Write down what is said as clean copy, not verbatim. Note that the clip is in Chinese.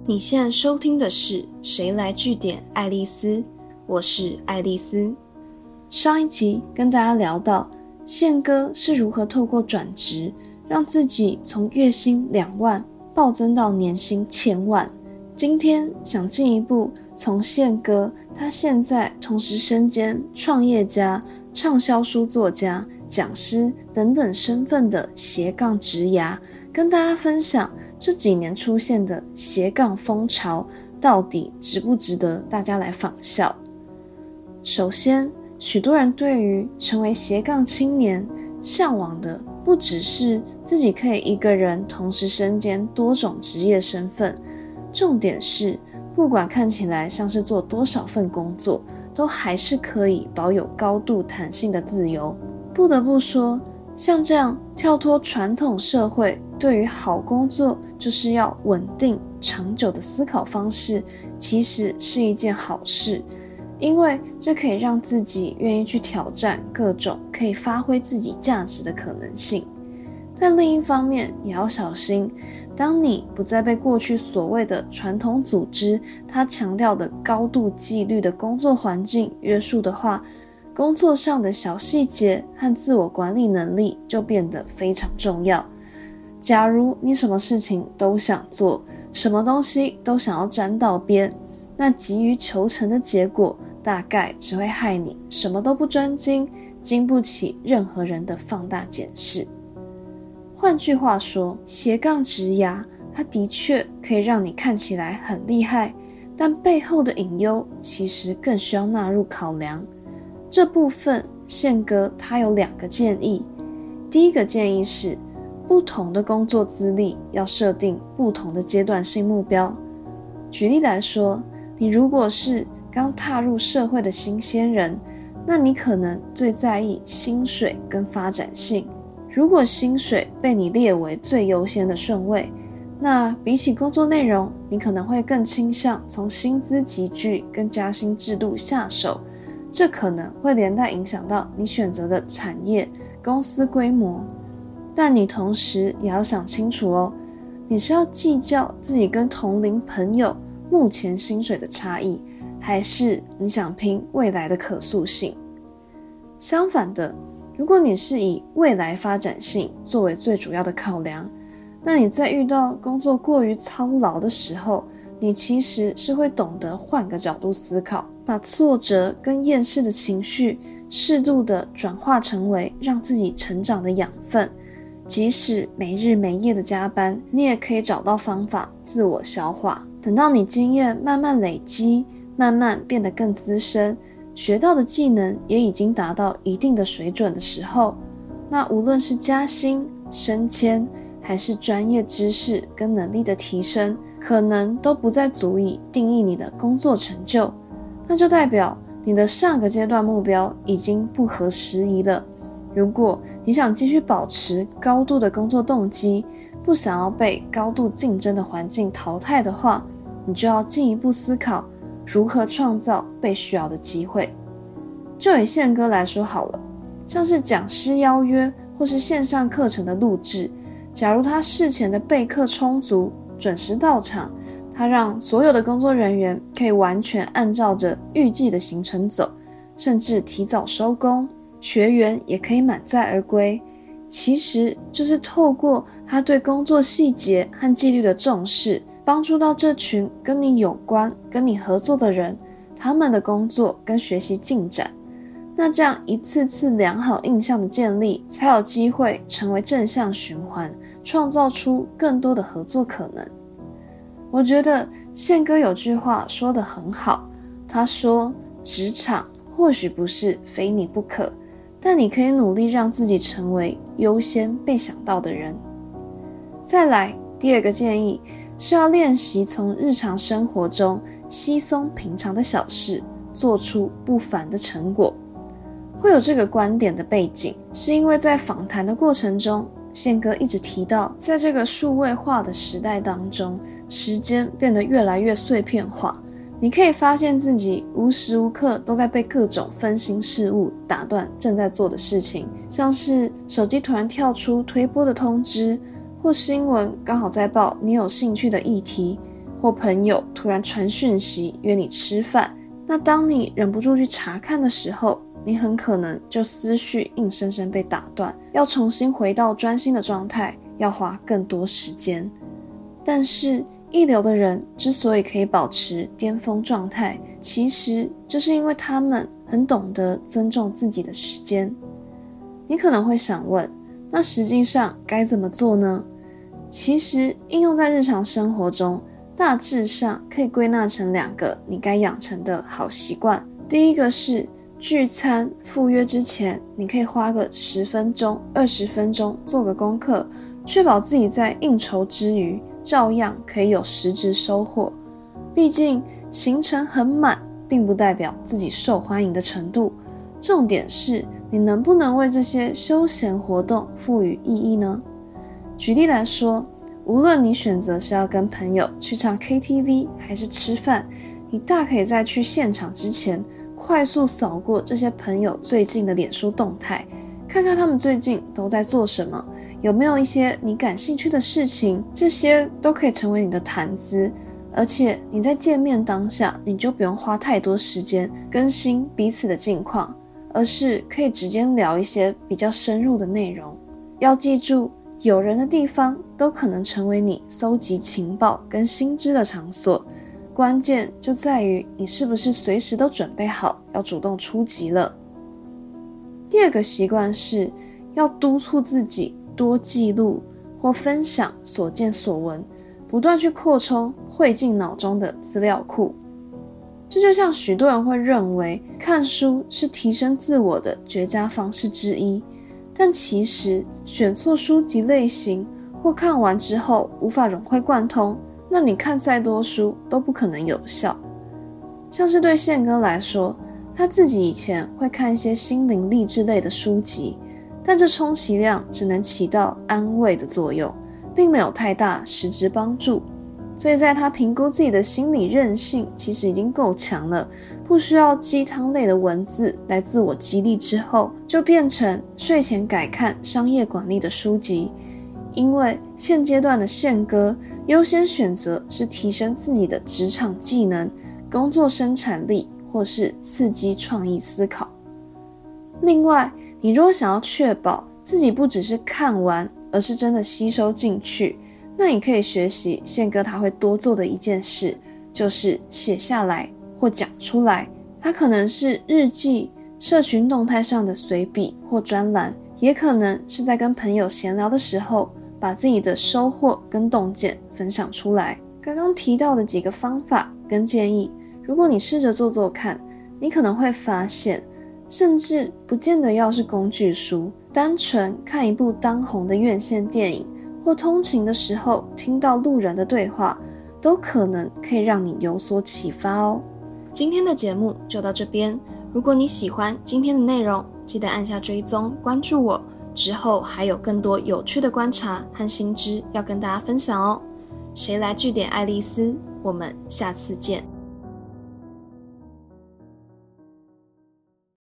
你现在收听的是《谁来据点爱丽丝》，我是爱丽丝。上一集跟大家聊到宪哥是如何透过转职让自己从月薪2万暴增到年薪1000万。今天想进一步从宪哥他现在同时身兼创业家、畅销书作家、讲师等等身份的斜杠职涯，跟大家分享这几年出现的斜杠风潮到底值不值得大家来仿效。首先，许多人对于成为斜杠青年向往的不只是自己可以一个人同时身兼多种职业身份，重点是不管看起来像是做多少份工作，都还是可以保有高度弹性的自由。不得不说，像这样跳脱传统社会对于好工作就是要稳定长久的思考方式，其实是一件好事，因为这可以让自己愿意去挑战各种可以发挥自己价值的可能性。但另一方面也要小心，当你不再被过去所谓的传统组织它强调的高度纪律的工作环境约束的话，工作上的小细节和自我管理能力就变得非常重要。假如你什么事情都想做，什么东西都想要沾到边，那急于求成的结果大概只会害你什么都不专精，经不起任何人的放大检视。换句话说，斜杠职涯它的确可以让你看起来很厉害，但背后的隐忧其实更需要纳入考量。这部分宪哥他有2个建议。第一个建议是，不同的工作资历要设定不同的阶段性目标。举例来说，你如果是刚踏入社会的新鲜人，那你可能最在意薪水跟发展性。如果薪水被你列为最优先的顺位，那比起工作内容，你可能会更倾向从薪资集聚跟加薪制度下手，这可能会连带影响到你选择的产业、公司规模。但你同时也要想清楚哦，你是要计较自己跟同龄朋友目前薪水的差异，还是你想拼未来的可塑性？相反的，如果你是以未来发展性作为最主要的考量，那你在遇到工作过于操劳的时候，你其实是会懂得换个角度思考，把挫折跟厌世的情绪适度的转化成为让自己成长的养分。即使没日没夜的加班，你也可以找到方法自我消化。等到你经验慢慢累积，慢慢变得更资深，学到的技能也已经达到一定的水准的时候，那无论是加薪、升迁，还是专业知识跟能力的提升，可能都不再足以定义你的工作成就。那就代表你的上个阶段目标已经不合时宜了。如果你想继续保持高度的工作动机，不想要被高度竞争的环境淘汰的话，你就要进一步思考如何创造被需要的机会。就以宪哥来说好了，像是讲师邀约或是线上课程的录制，假如他事前的备课充足，准时到场，他让所有的工作人员可以完全按照着预计的行程走，甚至提早收工，学员也可以满载而归。其实就是透过他对工作细节和纪律的重视，帮助到这群跟你有关、跟你合作的人，他们的工作跟学习进展。那这样一次次良好印象的建立，才有机会成为正向循环，创造出更多的合作可能。我觉得宪哥有句话说得很好，他说，职场或许不是非你不可，但你可以努力让自己成为优先被想到的人。再来，第2个建议是要练习从日常生活中稀松平常的小事，做出不凡的成果。会有这个观点的背景，是因为在访谈的过程中，宪哥一直提到，在这个数位化的时代当中，时间变得越来越碎片化，你可以发现自己无时无刻都在被各种分心事物打断正在做的事情，像是手机突然跳出推播的通知，或新闻刚好在报你有兴趣的议题， 或朋友突然传讯息约你吃饭，那当你忍不住去查看的时候，你很可能就思绪硬生生被打断，要重新回到专心的状态，要花更多时间。但是一流的人之所以可以保持巅峰状态，其实就是因为他们很懂得尊重自己的时间。你可能会想问，那实际上该怎么做呢？其实应用在日常生活中，大致上可以归纳成2个你该养成的好习惯。第一个是聚餐赴约之前，你可以花个10分钟、20分钟做个功课，确保自己在应酬之余照样可以有实质收获。毕竟行程很满并不代表自己受欢迎的程度，重点是你能不能为这些休闲活动赋予意义呢？举例来说，无论你选择是要跟朋友去唱 KTV 还是吃饭，你大可以在去现场之前快速扫过这些朋友最近的脸书动态，看看他们最近都在做什么，有没有一些你感兴趣的事情，这些都可以成为你的谈资。而且你在见面当下，你就不用花太多时间更新彼此的近况，而是可以直接聊一些比较深入的内容。要记住，有人的地方都可能成为你搜集情报跟新知的场所，关键就在于你是不是随时都准备好要主动出击了。第2个习惯是要督促自己多记录或分享所见所闻，不断去扩充汇进脑中的资料库。这就像许多人会认为看书是提升自我的绝佳方式之一，但其实选错书籍类型或看完之后无法融会贯通，那你看再多书都不可能有效。像是对宪哥来说，他自己以前会看一些心灵励志类的书籍，但这充其量只能起到安慰的作用，并没有太大实质帮助。所以在他评估自己的心理韧性其实已经够强了，不需要鸡汤类的文字来自我激励之后，就变成睡前改看商业管理的书籍。因为现阶段的宪哥优先选择是提升自己的职场技能、工作生产力，或是刺激创意思考。另外，你如果想要确保自己不只是看完，而是真的吸收进去，那你可以学习宪哥他会多做的一件事，就是写下来或讲出来。它可能是日记、社群动态上的随笔或专栏，也可能是在跟朋友闲聊的时候，把自己的收获跟洞见分享出来。刚刚提到的几个方法跟建议，如果你试着做做看，你可能会发现，甚至不见得要是工具书，单纯看一部当红的院线电影，或通勤的时候听到路人的对话，都可能可以让你有所启发哦。今天的节目就到这边，如果你喜欢今天的内容，记得按下追踪关注我，之后还有更多有趣的观察和新知要跟大家分享哦。谁来据点爱丽丝，我们下次见。